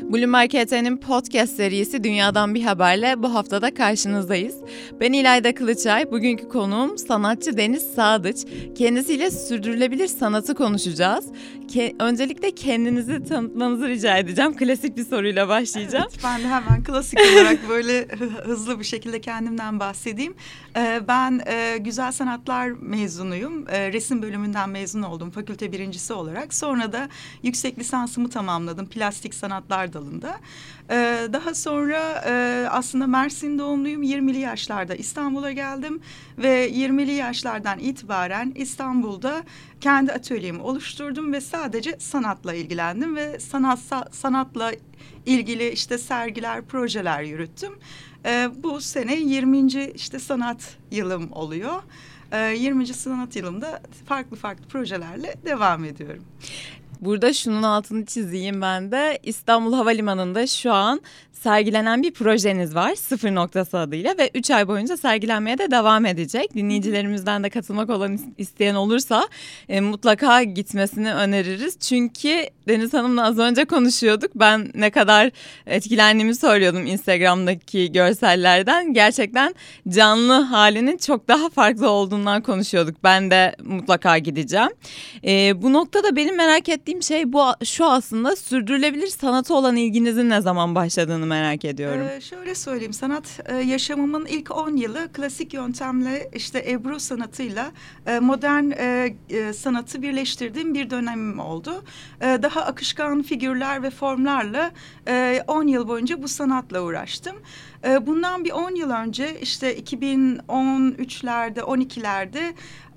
Bloomberg HT'nin podcast serisi Dünyadan Bir Haber'le bu haftada karşınızdayız. Ben İlayda Kılıçay, bugünkü konuğum sanatçı Deniz Sadıç. Kendisiyle sürdürülebilir sanatı konuşacağız. Öncelikle kendinizi tanıtmanızı rica edeceğim. Klasik bir soruyla başlayacağım. Evet, ben de hemen klasik olarak böyle hızlı bir şekilde kendimden bahsedeyim. Ben güzel sanatlar mezunuyum. Resim bölümünden mezun oldum fakülte birincisi olarak. Sonra da yüksek lisansımı tamamladım plastik sanatlar dalında. Daha sonra aslında Mersin doğumluyum. 20'li yaşlarda İstanbul'a geldim ve 20'li yaşlardan itibaren İstanbul'da kendi atölyemi oluşturdum ve sadece sanatla ilgilendim ve sanatla ilgili işte sergiler, projeler yürüttüm. Bu sene 20. işte sanat yılım oluyor. 20. sanat yılımda farklı projelerle devam ediyorum. Burada şunun altını çizeyim ben de. İstanbul Havalimanı'nda şu an sergilenen bir projeniz var. Sıfır Noktası adıyla ve 3 ay boyunca sergilenmeye de devam edecek. Dinleyicilerimizden de katılmak isteyen olursa mutlaka gitmesini öneririz. Çünkü Deniz Hanım'la az önce konuşuyorduk. Ben ne kadar etkilendiğimi söylüyordum Instagram'daki görsellerden. Gerçekten canlı halinin çok daha farklı olduğundan konuşuyorduk. Ben de mutlaka gideceğim. Bu noktada benim merak ettiğim şey şu aslında sürdürülebilir sanata olan ilginizin ne zaman başladığını merak ediyorum. Şöyle söyleyeyim, sanat yaşamımın ilk 10 yılı klasik yöntemle işte Ebru sanatıyla modern sanatı birleştirdiğim bir dönemim oldu. Daha akışkan figürler ve formlarla 10 yıl boyunca bu sanatla uğraştım. Bundan bir 10 yıl önce işte 2013'lerde 12'lerde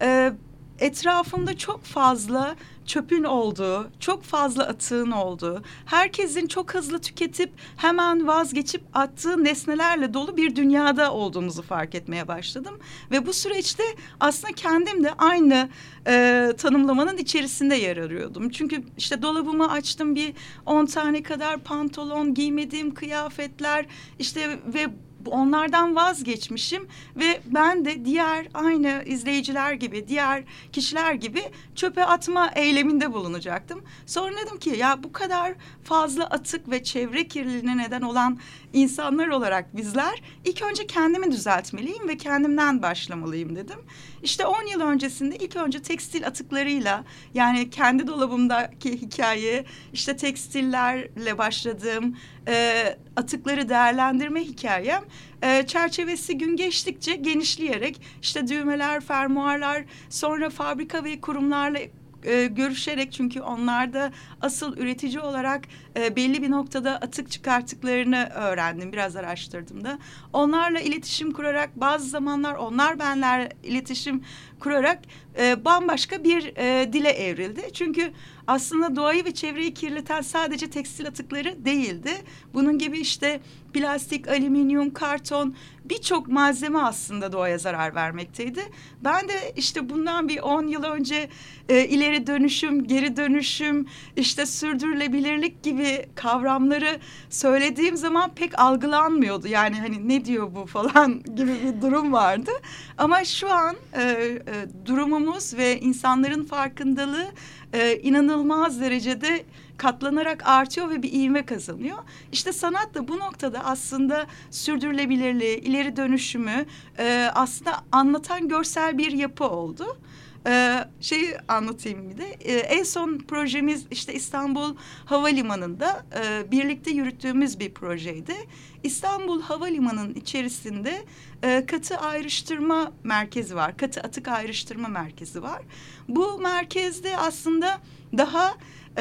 etrafımda çok fazla çöpün olduğu, çok fazla atığın olduğu, herkesin çok hızlı tüketip hemen vazgeçip attığı nesnelerle dolu bir dünyada olduğumuzu fark etmeye başladım. Ve bu süreçte aslında kendim de aynı tanımlamanın içerisinde yer arıyordum. Çünkü işte dolabımı açtım, bir 10 tane kadar pantolon, giymediğim kıyafetler işte ve onlardan vazgeçmişim ve ben de diğer aynı izleyiciler gibi, diğer kişiler gibi çöpe atma eyleminde bulunacaktım. Sonra dedim ki ya bu kadar fazla atık ve çevre kirliliğine neden olan insanlar olarak bizler ilk önce kendimi düzeltmeliyim ve kendimden başlamalıyım dedim. İşte 10 yıl öncesinde ilk önce tekstil atıklarıyla, yani kendi dolabımdaki hikaye, işte tekstillerle başladığım atıkları değerlendirme hikayem çerçevesi gün geçtikçe genişleyerek işte düğmeler, fermuarlar, sonra fabrika ve kurumlarla görüşerek, çünkü onlar da asıl üretici olarak belli bir noktada atık çıkarttıklarını öğrendim, biraz araştırdım da. Onlarla iletişim kurarak, bazı zamanlar onlar benler iletişim kurarak bambaşka bir dile evrildi. Çünkü aslında doğayı ve çevreyi kirleten sadece tekstil atıkları değildi. Bunun gibi işte plastik, alüminyum, karton, birçok malzeme aslında doğaya zarar vermekteydi. Ben de işte bundan bir 10 yıl önce ileri dönüşüm, geri dönüşüm, işte sürdürülebilirlik gibi kavramları söylediğim zaman pek algılanmıyordu. Yani hani ne diyor bu falan gibi bir durum vardı. Ama şu an durumumuz ve insanların farkındalığı inanılmaz derecede katlanarak artıyor ve bir ivme kazanıyor. İşte sanat da bu noktada aslında sürdürülebilirliği, ileri dönüşümü aslında anlatan görsel bir yapı oldu. Şeyi anlatayım bir de. En son projemiz işte İstanbul Havalimanı'nda birlikte yürüttüğümüz bir projeydi. İstanbul Havalimanı'nın içerisinde katı ayrıştırma merkezi var. Katı atık ayrıştırma merkezi var. Bu merkezde aslında daha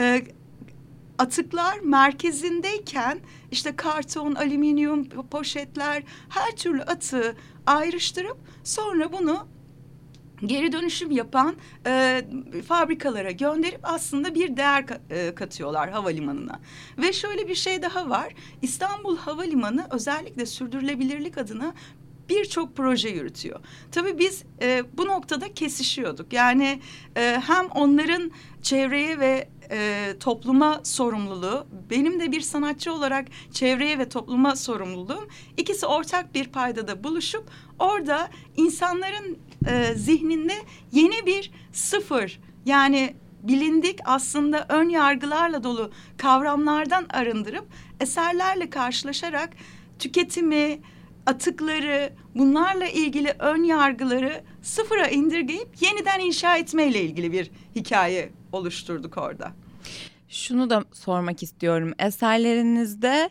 atıklar merkezindeyken işte karton, alüminyum, poşetler, her türlü atığı ayrıştırıp sonra bunu geri dönüşüm yapan fabrikalara gönderip aslında bir değer katıyorlar havalimanına. Ve şöyle bir şey daha var. İstanbul Havalimanı özellikle sürdürülebilirlik adına birçok proje yürütüyor. Tabii biz bu noktada kesişiyorduk. Yani hem onların çevreye ve topluma sorumluluğu, benim de bir sanatçı olarak çevreye ve topluma sorumluluğum, ikisi ortak bir paydada buluşup orada insanların zihninde yeni bir sıfır, yani bilindik aslında ön yargılarla dolu kavramlardan arındırıp eserlerle karşılaşarak tüketimi, atıkları, bunlarla ilgili ön yargıları sıfıra indirgeyip yeniden inşa etmeyle ilgili bir hikaye oluşturduk orada. Şunu da sormak istiyorum. Eserlerinizde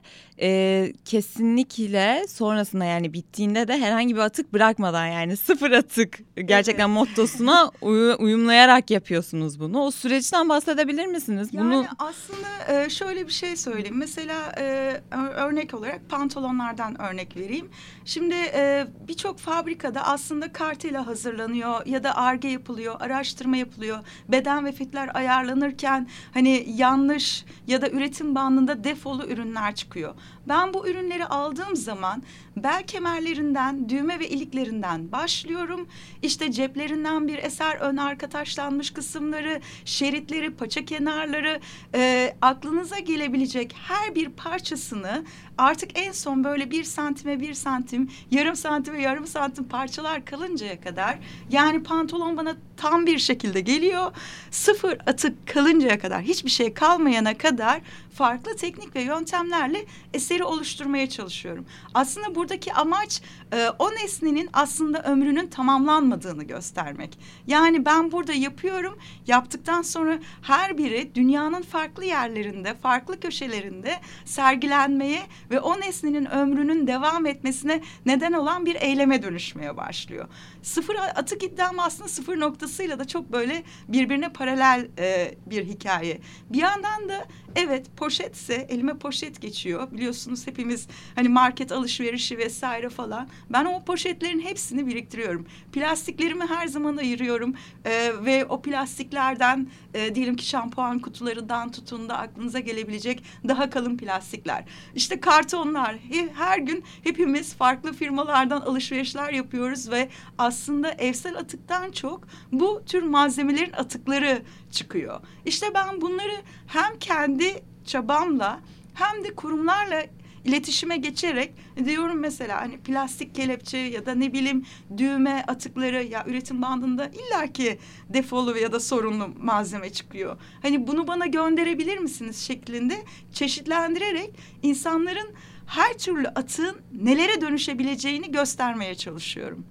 kesinlikle sonrasında, yani bittiğinde de herhangi bir atık bırakmadan, yani sıfır atık gerçekten mottosuna uyumlayarak yapıyorsunuz bunu. O süreçten bahsedebilir misiniz? Yani aslında şöyle bir şey söyleyeyim. Mesela örnek olarak pantolonlardan örnek vereyim. Şimdi birçok fabrikada aslında kartıyla hazırlanıyor ya da Ar-Ge yapılıyor, araştırma yapılıyor. Beden ve fitler ayarlanırken hani yanlış ya da üretim bandında defolu ürünler çıkıyor. Ben bu ürünleri aldığım zaman bel kemerlerinden, düğme ve iliklerinden başlıyorum. İşte ceplerinden bir eser, ön arka taşlanmış kısımları, şeritleri, paça kenarları, aklınıza gelebilecek her bir parçasını artık en son böyle 1 santime 1 santim, yarım santime yarım santim parçalar kalıncaya kadar, yani pantolon bana tam bir şekilde geliyor. Sıfır atık kalıncaya kadar, hiçbir şey kalmayana kadar farklı teknik ve yöntemlerle eseri oluşturmaya çalışıyorum. Aslında buradaki amaç o nesnenin aslında ömrünün tamamlanmadığını göstermek. Yani ben burada yapıyorum, yaptıktan sonra her biri dünyanın farklı yerlerinde, farklı köşelerinde sergilenmeye ve o nesnenin ömrünün devam etmesine neden olan bir eyleme dönüşmeye başlıyor. Sıfır atık iddiam aslında sıfır noktasıyla da çok böyle birbirine paralel bir hikaye. Bir yandan da evet, poşetse elime poşet geçiyor. Biliyorsunuz hepimiz hani market alışverişi vesaire falan. Ben o poşetlerin hepsini biriktiriyorum. Plastiklerimi her zaman ayırıyorum. Ve o plastiklerden diyelim ki şampuan kutularından tutun da aklınıza gelebilecek daha kalın plastikler. İşte kartonlar. Her gün hepimiz farklı firmalardan alışverişler yapıyoruz ve aslında evsel atıktan çok bu tür malzemelerin atıkları çıkıyor. İşte ben bunları hem kendi çabamla hem de kurumlarla iletişime geçerek diyorum, mesela hani plastik kelepçe ya da ne bileyim düğme atıkları, ya üretim bandında illaki defolu ya da sorunlu malzeme çıkıyor. Hani bunu bana gönderebilir misiniz şeklinde çeşitlendirerek insanların her türlü atığın nelere dönüşebileceğini göstermeye çalışıyorum.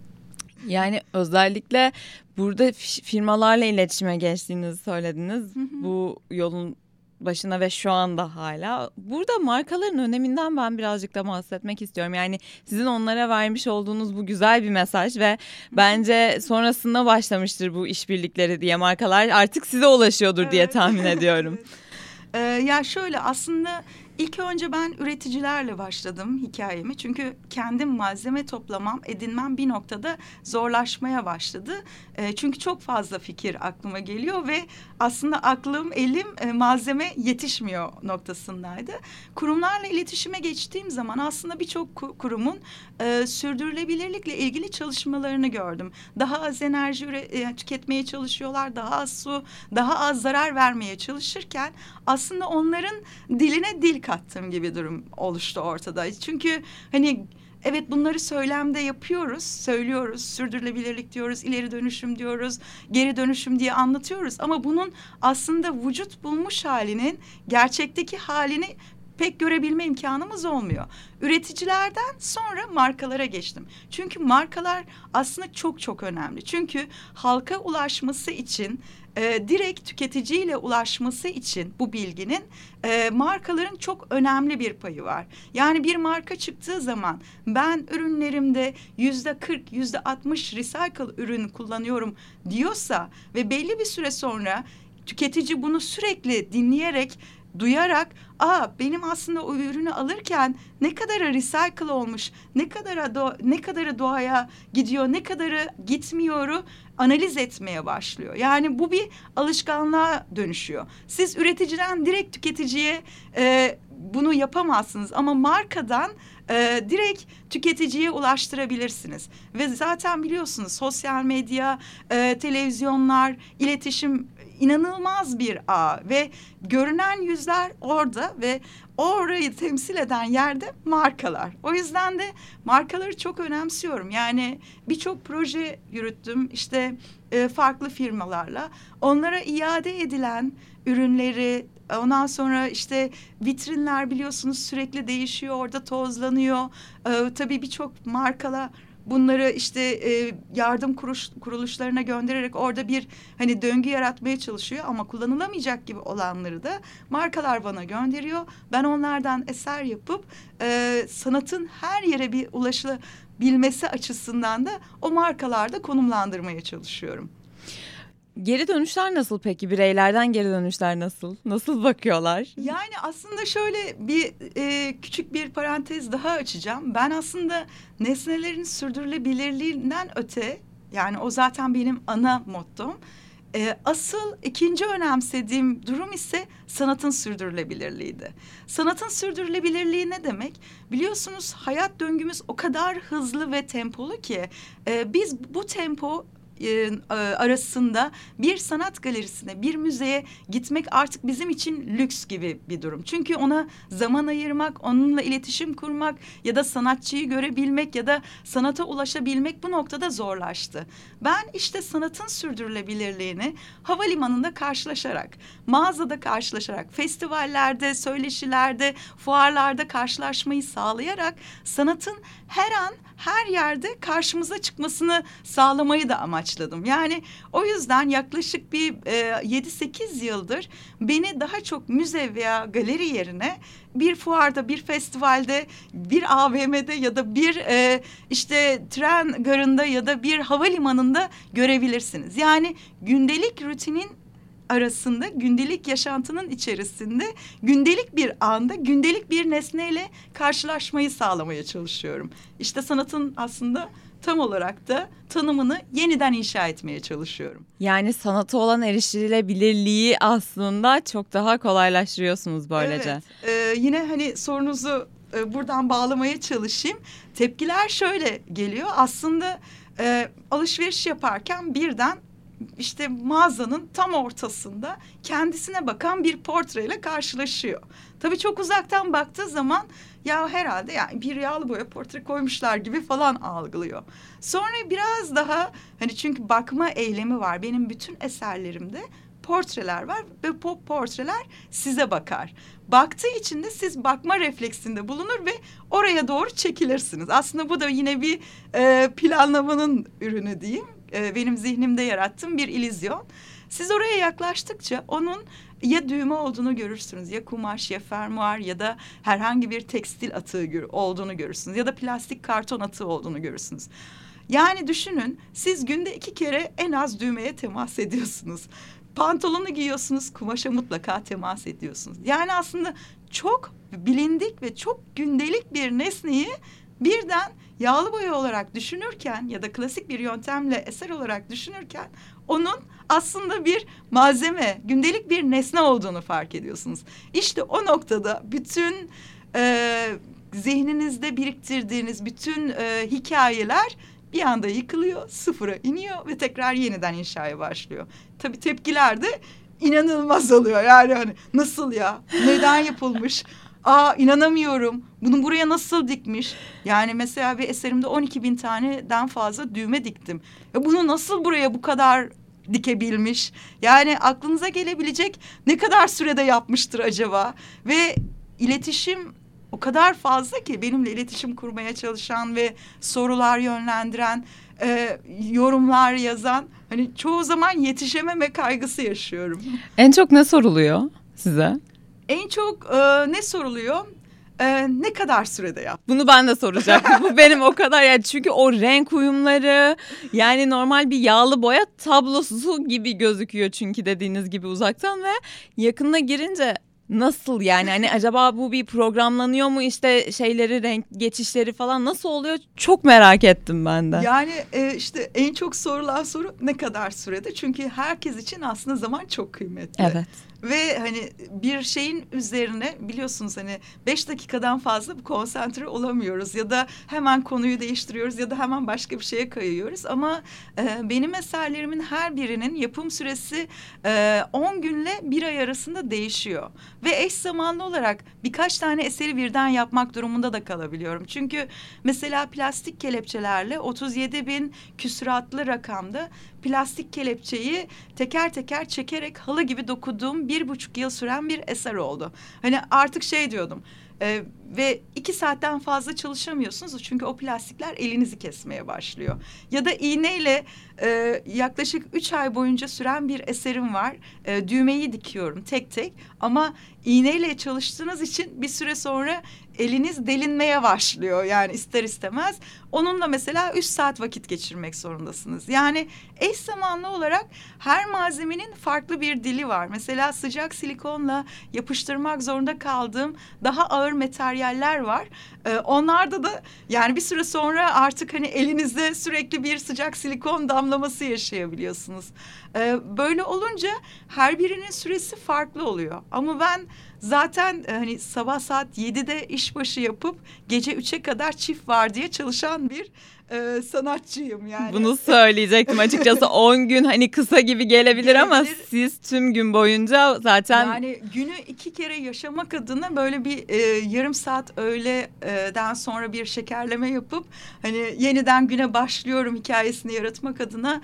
Yani özellikle burada firmalarla iletişime geçtiğinizi söylediniz. Bu yolun başına ve şu anda hala. Burada markaların öneminden ben birazcık da bahsetmek istiyorum. Yani sizin onlara vermiş olduğunuz bu güzel bir mesaj ve bence sonrasında başlamıştır bu işbirlikleri diye, markalar artık size ulaşıyordur diye tahmin ediyorum. Ya şöyle, aslında İlk önce ben üreticilerle başladım hikayemi. Çünkü kendim malzeme toplamam, edinmem bir noktada zorlaşmaya başladı. Çünkü çok fazla fikir aklıma geliyor ve aslında aklım, elim malzeme yetişmiyor noktasındaydı. Kurumlarla iletişime geçtiğim zaman aslında birçok kurumun sürdürülebilirlikle ilgili çalışmalarını gördüm. Daha az enerji tüketmeye çalışıyorlar, daha az su, daha az zarar vermeye çalışırken aslında onların diline dil kattığım gibi durum oluştu ortada. Çünkü hani evet, bunları söylemde yapıyoruz, söylüyoruz, sürdürülebilirlik diyoruz, ileri dönüşüm diyoruz, geri dönüşüm diye anlatıyoruz. Ama bunun aslında vücut bulmuş halinin, gerçekteki halini pek görebilme imkanımız olmuyor. Üreticilerden sonra markalara geçtim. Çünkü markalar aslında çok çok önemli. Çünkü halka ulaşması için, direkt tüketiciyle ulaşması için bu bilginin markaların çok önemli bir payı var. Yani bir marka çıktığı zaman ben ürünlerimde %40, %60 recycle ürün kullanıyorum diyorsa ve belli bir süre sonra tüketici bunu sürekli dinleyerek, duyarak, benim aslında o ürünü alırken ne kadarı recycle olmuş, ne kadarı doğaya gidiyor, ne kadarı gitmiyoru analiz etmeye başlıyor. Yani bu bir alışkanlığa dönüşüyor. Siz üreticiden direkt tüketiciye bunu yapamazsınız ama markadan direkt tüketiciye ulaştırabilirsiniz. Ve zaten biliyorsunuz sosyal medya, televizyonlar, iletişim inanılmaz bir ağ ve görünen yüzler orada ve orayı temsil eden yerde markalar. O yüzden de markaları çok önemsiyorum. Yani birçok proje yürüttüm işte farklı firmalarla. Onlara iade edilen ürünleri, ondan sonra işte vitrinler biliyorsunuz sürekli değişiyor, orada tozlanıyor. Tabii birçok markalar bunları işte yardım kuruluşlarına göndererek orada bir hani döngü yaratmaya çalışıyor ama kullanılamayacak gibi olanları da markalar bana gönderiyor. Ben onlardan eser yapıp sanatın her yere bir ulaşılabilmesi açısından da o markalarda konumlandırmaya çalışıyorum. Geri dönüşler nasıl peki? Bireylerden geri dönüşler nasıl? Nasıl bakıyorlar? Yani aslında şöyle bir küçük bir parantez daha açacağım. Ben aslında nesnelerin sürdürülebilirliğinden öte, yani o zaten benim ana mottom. Asıl ikinci önemsediğim durum ise sanatın sürdürülebilirliğiydi. Sanatın sürdürülebilirliği ne demek? Biliyorsunuz hayat döngümüz o kadar hızlı ve tempolu ki biz bu tempo arasında bir sanat galerisine, bir müzeye gitmek artık bizim için lüks gibi bir durum. Çünkü ona zaman ayırmak, onunla iletişim kurmak ya da sanatçıyı görebilmek ya da sanata ulaşabilmek bu noktada zorlaştı. Ben işte sanatın sürdürülebilirliğini havalimanında karşılaşarak, mağazada karşılaşarak, festivallerde, söyleşilerde, fuarlarda karşılaşmayı sağlayarak sanatın her an her yerde karşımıza çıkmasını sağlamayı da amaçladım. Yani o yüzden yaklaşık bir 7-8 yıldır beni daha çok müze veya galeri yerine bir fuarda, bir festivalde, bir AVM'de ya da bir işte tren garında ya da bir havalimanında görebilirsiniz. Yani gündelik rutinin arasında, gündelik yaşantının içerisinde, gündelik bir anda, gündelik bir nesneyle karşılaşmayı sağlamaya çalışıyorum. İşte sanatın aslında tam olarak da tanımını yeniden inşa etmeye çalışıyorum. Yani sanata olan erişilebilirliği aslında çok daha kolaylaştırıyorsunuz böylece. Evet, yine hani sorunuzu buradan bağlamaya çalışayım. Tepkiler şöyle geliyor. Aslında alışveriş yaparken birden işte mağazanın tam ortasında kendisine bakan bir portreyle karşılaşıyor. Tabii çok uzaktan baktığı zaman ya herhalde yani bir yağlı boya portre koymuşlar gibi falan algılıyor. Sonra biraz daha hani çünkü bakma eylemi var. Benim bütün eserlerimde portreler var ve bu portreler size bakar. Baktığı için de siz bakma refleksinde bulunur ve oraya doğru çekilirsiniz. Aslında bu da yine bir planlamanın ürünü diyeyim. Benim zihnimde yarattığım bir illüzyon. Siz oraya yaklaştıkça onun ya düğme olduğunu görürsünüz, ya kumaş, ya fermuar ya da herhangi bir tekstil atığı olduğunu görürsünüz ya da plastik karton atığı olduğunu görürsünüz. Yani düşünün, siz günde 2 kere en az düğmeye temas ediyorsunuz. Pantolonu giyiyorsunuz, kumaşa mutlaka temas ediyorsunuz. Yani aslında çok bilindik ve çok gündelik bir nesneyi birden yağlı boya olarak düşünürken ya da klasik bir yöntemle eser olarak düşünürken onun aslında bir malzeme, gündelik bir nesne olduğunu fark ediyorsunuz. İşte o noktada bütün zihninizde biriktirdiğiniz bütün hikayeler bir anda yıkılıyor, sıfıra iniyor ve tekrar yeniden inşaya başlıyor. Tabii tepkiler de inanılmaz oluyor. Yani hani nasıl ya, neden yapılmış? İnanamıyorum. Bunu buraya nasıl dikmiş? Yani mesela bir eserimde 12.000 taneden fazla düğme diktim. Bunu nasıl buraya bu kadar dikebilmiş? Yani aklınıza gelebilecek ne kadar sürede yapmıştır acaba? Ve iletişim o kadar fazla ki benimle iletişim kurmaya çalışan ve sorular yönlendiren, yorumlar yazan, hani çoğu zaman yetişememe kaygısı yaşıyorum. En çok ne soruluyor size? En çok ne soruluyor? Ne kadar sürede yap? Bunu ben de soracaktım. Bu benim o kadar yani çünkü o renk uyumları yani normal bir yağlı boya tablosu gibi gözüküyor çünkü dediğiniz gibi uzaktan ve yakınına girince Nasıl yani? Hani acaba bu bir programlanıyor mu, işte şeyleri, renk geçişleri falan nasıl oluyor? Çok merak ettim ben de. Yani işte en çok sorulan soru ne kadar sürede? Çünkü herkes için aslında zaman çok kıymetli. Evet. Ve hani bir şeyin üzerine biliyorsunuz hani 5 dakikadan fazla konsantre olamıyoruz. Ya da hemen konuyu değiştiriyoruz ya da hemen başka bir şeye kayıyoruz. Ama benim eserlerimin her birinin yapım süresi 10 günle 1 ay arasında değişiyor. Ve eş zamanlı olarak birkaç tane eseri birden yapmak durumunda da kalabiliyorum. Çünkü mesela plastik kelepçelerle 37.000 küsuratlı rakamda plastik kelepçeyi teker teker çekerek halı gibi dokuduğum 1,5 yıl süren bir eser oldu. Hani artık şey diyordum ve 2 saatten fazla çalışamıyorsunuz çünkü o plastikler elinizi kesmeye başlıyor. Ya da iğneyle yaklaşık 3 ay boyunca süren bir eserim var. Düğmeyi dikiyorum tek tek ama iğneyle çalıştığınız için bir süre sonra eliniz delinmeye başlıyor yani ister istemez. Onunla mesela 3 saat vakit geçirmek zorundasınız. Yani eş zamanlı olarak her malzemenin farklı bir dili var. Mesela sıcak silikonla yapıştırmak zorunda kaldığım daha ağır materyaller var. Onlarda da yani bir süre sonra artık hani elinizde sürekli bir sıcak silikon damlaması yaşayabiliyorsunuz. Böyle olunca her birinin süresi farklı oluyor. Ama ben zaten hani sabah saat 7'de işbaşı yapıp gece 3'e kadar çift vardiya çalışan bir sanatçıyım yani. Bunu söyleyecektim açıkçası. 10 gün hani kısa gibi gelebilir ama siz tüm gün boyunca zaten... Yani günü 2 kere yaşamak adına böyle bir yarım saat öğleden sonra bir şekerleme yapıp hani yeniden güne başlıyorum hikayesini yaratmak adına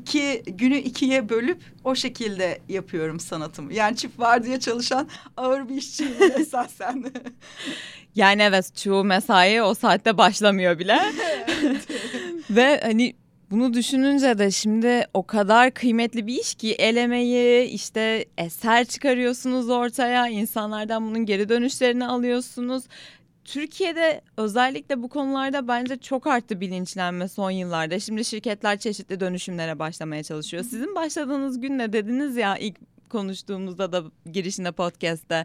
günü 2'ye bölüp o şekilde yapıyorum sanatımı. Yani çift vardiya çalışan ağır bir işçiyim esasen. Yani evet, çoğu mesai o saatte başlamıyor bile. Ve hani bunu düşününce de şimdi o kadar kıymetli bir iş ki, el emeği, işte eser çıkarıyorsunuz ortaya, insanlardan bunun geri dönüşlerini alıyorsunuz. Türkiye'de özellikle bu konularda bence çok arttı bilinçlenme son yıllarda. Şimdi şirketler çeşitli dönüşümlere başlamaya çalışıyor. Sizin başladığınız gün ne dediniz ya ilk konuştuğumuzda da girişinde podcast'te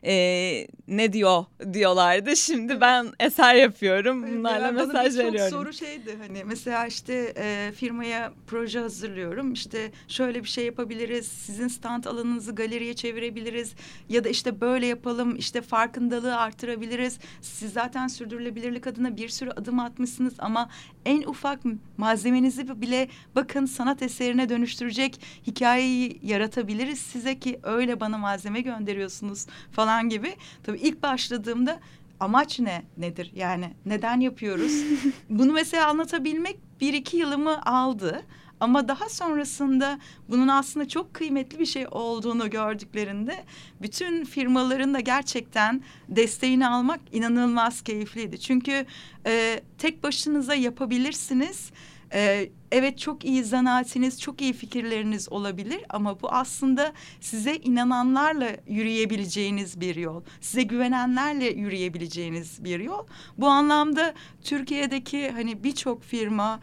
ne diyorlardı. Şimdi ben eser yapıyorum. Bunlarla mesaj veriyorum. Çok soru şeydi hani mesela işte firmaya proje hazırlıyorum. İşte şöyle bir şey yapabiliriz. Sizin stand alanınızı galeriye çevirebiliriz. Ya da işte böyle yapalım. İşte farkındalığı artırabiliriz. Siz zaten sürdürülebilirlik adına bir sürü adım atmışsınız ama en ufak malzemenizi bile bakın sanat eserine dönüştürecek hikayeyi yaratabiliriz size ki öyle bana malzeme gönderiyorsunuz falan gibi. Tabii ilk başladığımda amaç nedir? Yani neden yapıyoruz? Bunu mesela anlatabilmek 1-2 yılımı aldı. Ama daha sonrasında bunun aslında çok kıymetli bir şey olduğunu gördüklerinde bütün firmaların da gerçekten desteğini almak inanılmaz keyifliydi. Çünkü tek başınıza yapabilirsiniz. Evet, çok iyi zanaatiniz, çok iyi fikirleriniz olabilir ama bu aslında size inananlarla yürüyebileceğiniz bir yol. Size güvenenlerle yürüyebileceğiniz bir yol. Bu anlamda Türkiye'deki hani birçok firma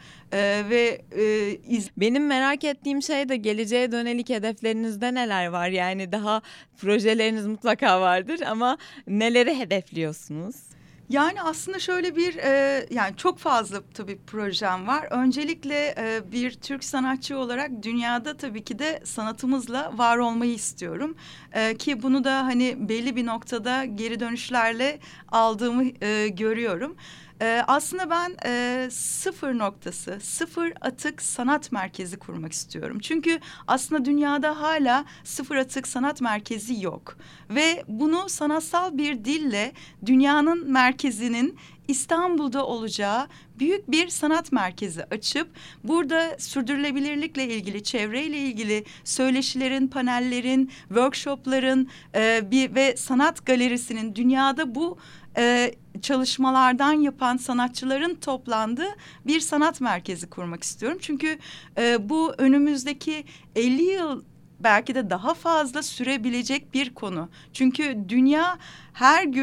benim merak ettiğim şey de geleceğe dönelik hedeflerinizde neler var? Yani daha projeleriniz mutlaka vardır ama neleri hedefliyorsunuz? Yani aslında şöyle bir yani çok fazla tabii projem var. Öncelikle bir Türk sanatçı olarak dünyada tabii ki de sanatımızla var olmayı istiyorum. Ki bunu da hani belli bir noktada geri dönüşlerle aldığımı görüyorum. Aslında ben sıfır noktası, sıfır atık sanat merkezi kurmak istiyorum. Çünkü aslında dünyada hala sıfır atık sanat merkezi yok. Ve bunu sanatsal bir dille dünyanın merkezinin İstanbul'da olacağı büyük bir sanat merkezi açıp burada sürdürülebilirlikle ilgili, çevreyle ilgili söyleşilerin, panellerin, workshopların ve sanat galerisinin dünyada bu çalışmalardan yapan sanatçıların toplandığı bir sanat merkezi kurmak istiyorum. Çünkü bu önümüzdeki 50 yıl belki de daha fazla sürebilecek bir konu. Çünkü dünya her gün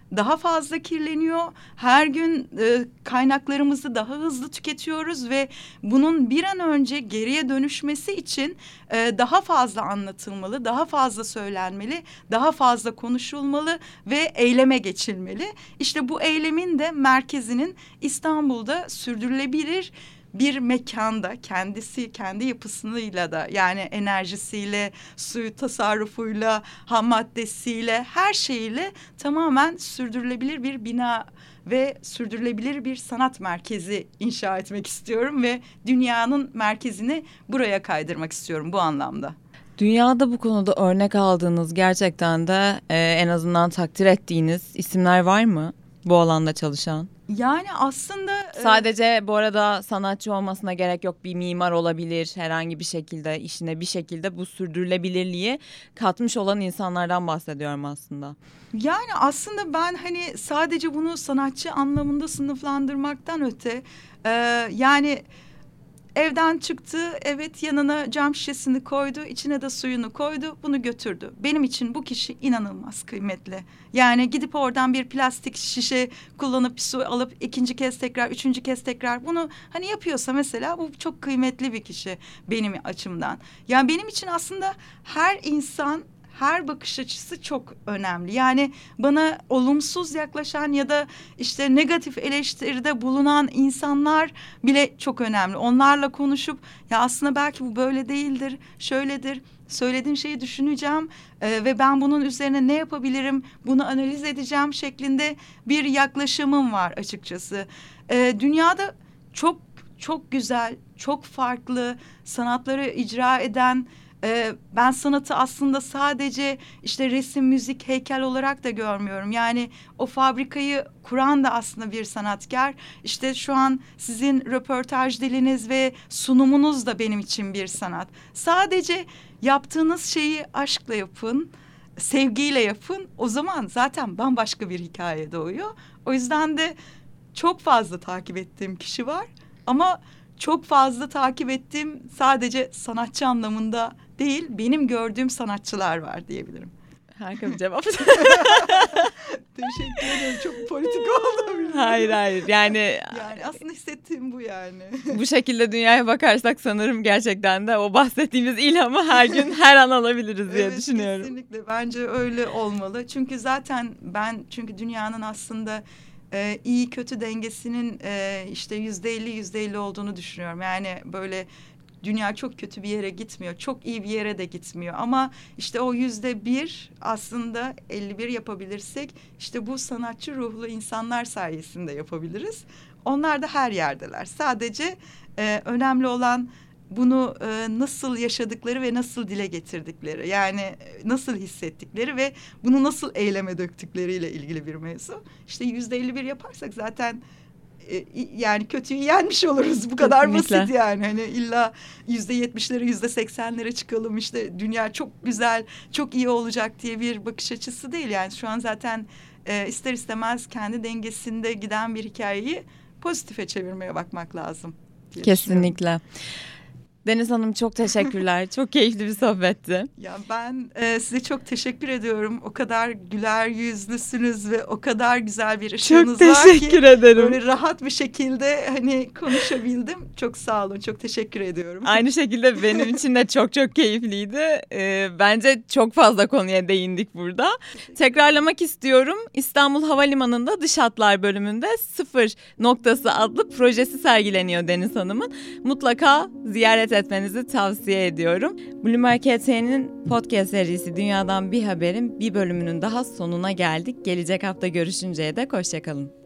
daha fazla kirleniyor. Her gün kaynaklarımızı daha hızlı tüketiyoruz ve bunun bir an önce geriye dönüşmesi için daha fazla anlatılmalı, daha fazla söylenmeli, daha fazla konuşulmalı ve eyleme geçilmeli. İşte bu eylemin de merkezinin İstanbul'da sürdürülebilir bir mekanda, kendisi kendi yapısıyla da, yani enerjisiyle, suyu tasarrufuyla, ham maddesiyle, her şeyiyle tamamen sürdürülebilir bir bina ve sürdürülebilir bir sanat merkezi inşa etmek istiyorum ve dünyanın merkezini buraya kaydırmak istiyorum bu anlamda. Dünyada bu konuda örnek aldığınız, gerçekten de en azından takdir ettiğiniz isimler var mı bu alanda çalışan? Yani aslında sadece bu arada sanatçı olmasına gerek yok, bir mimar olabilir, herhangi bir şekilde işine bir şekilde bu sürdürülebilirliği katmış olan insanlardan bahsediyorum aslında. Yani aslında ben hani sadece bunu sanatçı anlamında sınıflandırmaktan öte yani evden çıktı, evet, yanına cam şişesini koydu, içine de suyunu koydu, bunu götürdü. Benim için bu kişi inanılmaz kıymetli. Yani gidip oradan bir plastik şişe kullanıp bir su alıp ikinci kez tekrar, üçüncü kez tekrar bunu hani yapıyorsa mesela, bu çok kıymetli bir kişi benim açımdan. Yani benim için aslında her insan, her bakış açısı çok önemli. Yani bana olumsuz yaklaşan ya da işte negatif eleştiride bulunan insanlar bile çok önemli. Onlarla konuşup ya aslında belki bu böyle değildir, şöyledir, söylediğin şeyi düşüneceğim ve ben bunun üzerine ne yapabilirim, bunu analiz edeceğim şeklinde bir yaklaşımım var açıkçası. Dünyada çok çok güzel, çok farklı sanatları icra eden, ben sanatı aslında sadece işte resim, müzik, heykel olarak da görmüyorum. Yani o fabrikayı kuran da aslında bir sanatkar. İşte şu an sizin röportaj diliniz ve sunumunuz da benim için bir sanat. Sadece yaptığınız şeyi aşkla yapın, sevgiyle yapın. O zaman zaten bambaşka bir hikaye doğuyor. O yüzden de çok fazla takip ettiğim kişi var. Ama çok fazla takip ettiğim, sadece sanatçı anlamında değil, benim gördüğüm sanatçılar var diyebilirim. Harika bir cevap. Teşekkür ederim. Çok politik oldu. Hayır. Yani aslında hissettiğim bu yani. Bu şekilde dünyaya bakarsak sanırım gerçekten de o bahsettiğimiz ilhamı her gün, her an alabiliriz diye düşünüyorum. Kesinlikle. Bence öyle olmalı. Çünkü zaten çünkü dünyanın aslında iyi kötü dengesinin işte %50 olduğunu düşünüyorum. Yani böyle dünya çok kötü bir yere gitmiyor, çok iyi bir yere de gitmiyor. Ama işte o %1 aslında 51 yapabilirsek, işte bu sanatçı ruhlu insanlar sayesinde yapabiliriz. Onlar da her yerdeler. Sadece önemli olan bunu nasıl yaşadıkları ve nasıl dile getirdikleri, yani nasıl hissettikleri ve bunu nasıl eyleme döktükleriyle ilgili bir mevzu. İşte %51 yaparsak zaten yani kötüyü yenmiş oluruz. Bu kadar basit yani. Hani illa %70'lere, %80'lere çıkalım, işte dünya çok güzel, çok iyi olacak diye bir bakış açısı değil. Yani şu an zaten ister istemez kendi dengesinde giden bir hikayeyi pozitife çevirmeye bakmak lazım. Kesinlikle. Deniz Hanım, çok teşekkürler. Çok keyifli bir sohbetti. Ya ben size çok teşekkür ediyorum. O kadar güler yüzlüsünüz ve o kadar güzel bir ışığınız var ki. Çok teşekkür ederim. Böyle rahat bir şekilde hani konuşabildim. Çok sağ olun. Çok teşekkür ediyorum. Aynı şekilde benim için de çok çok keyifliydi. Bence çok fazla konuya değindik burada. Tekrarlamak istiyorum. İstanbul Havalimanı'nda Dış Hatlar bölümünde Sıfır Noktası adlı projesi sergileniyor Deniz Hanım'ın. Mutlaka ziyaret etmenizi tavsiye ediyorum. Bloomberg HT'nin podcast serisi Dünyadan Bir Haber'in bir bölümünün daha sonuna geldik. Gelecek hafta görüşünceye dek hoşça kalın.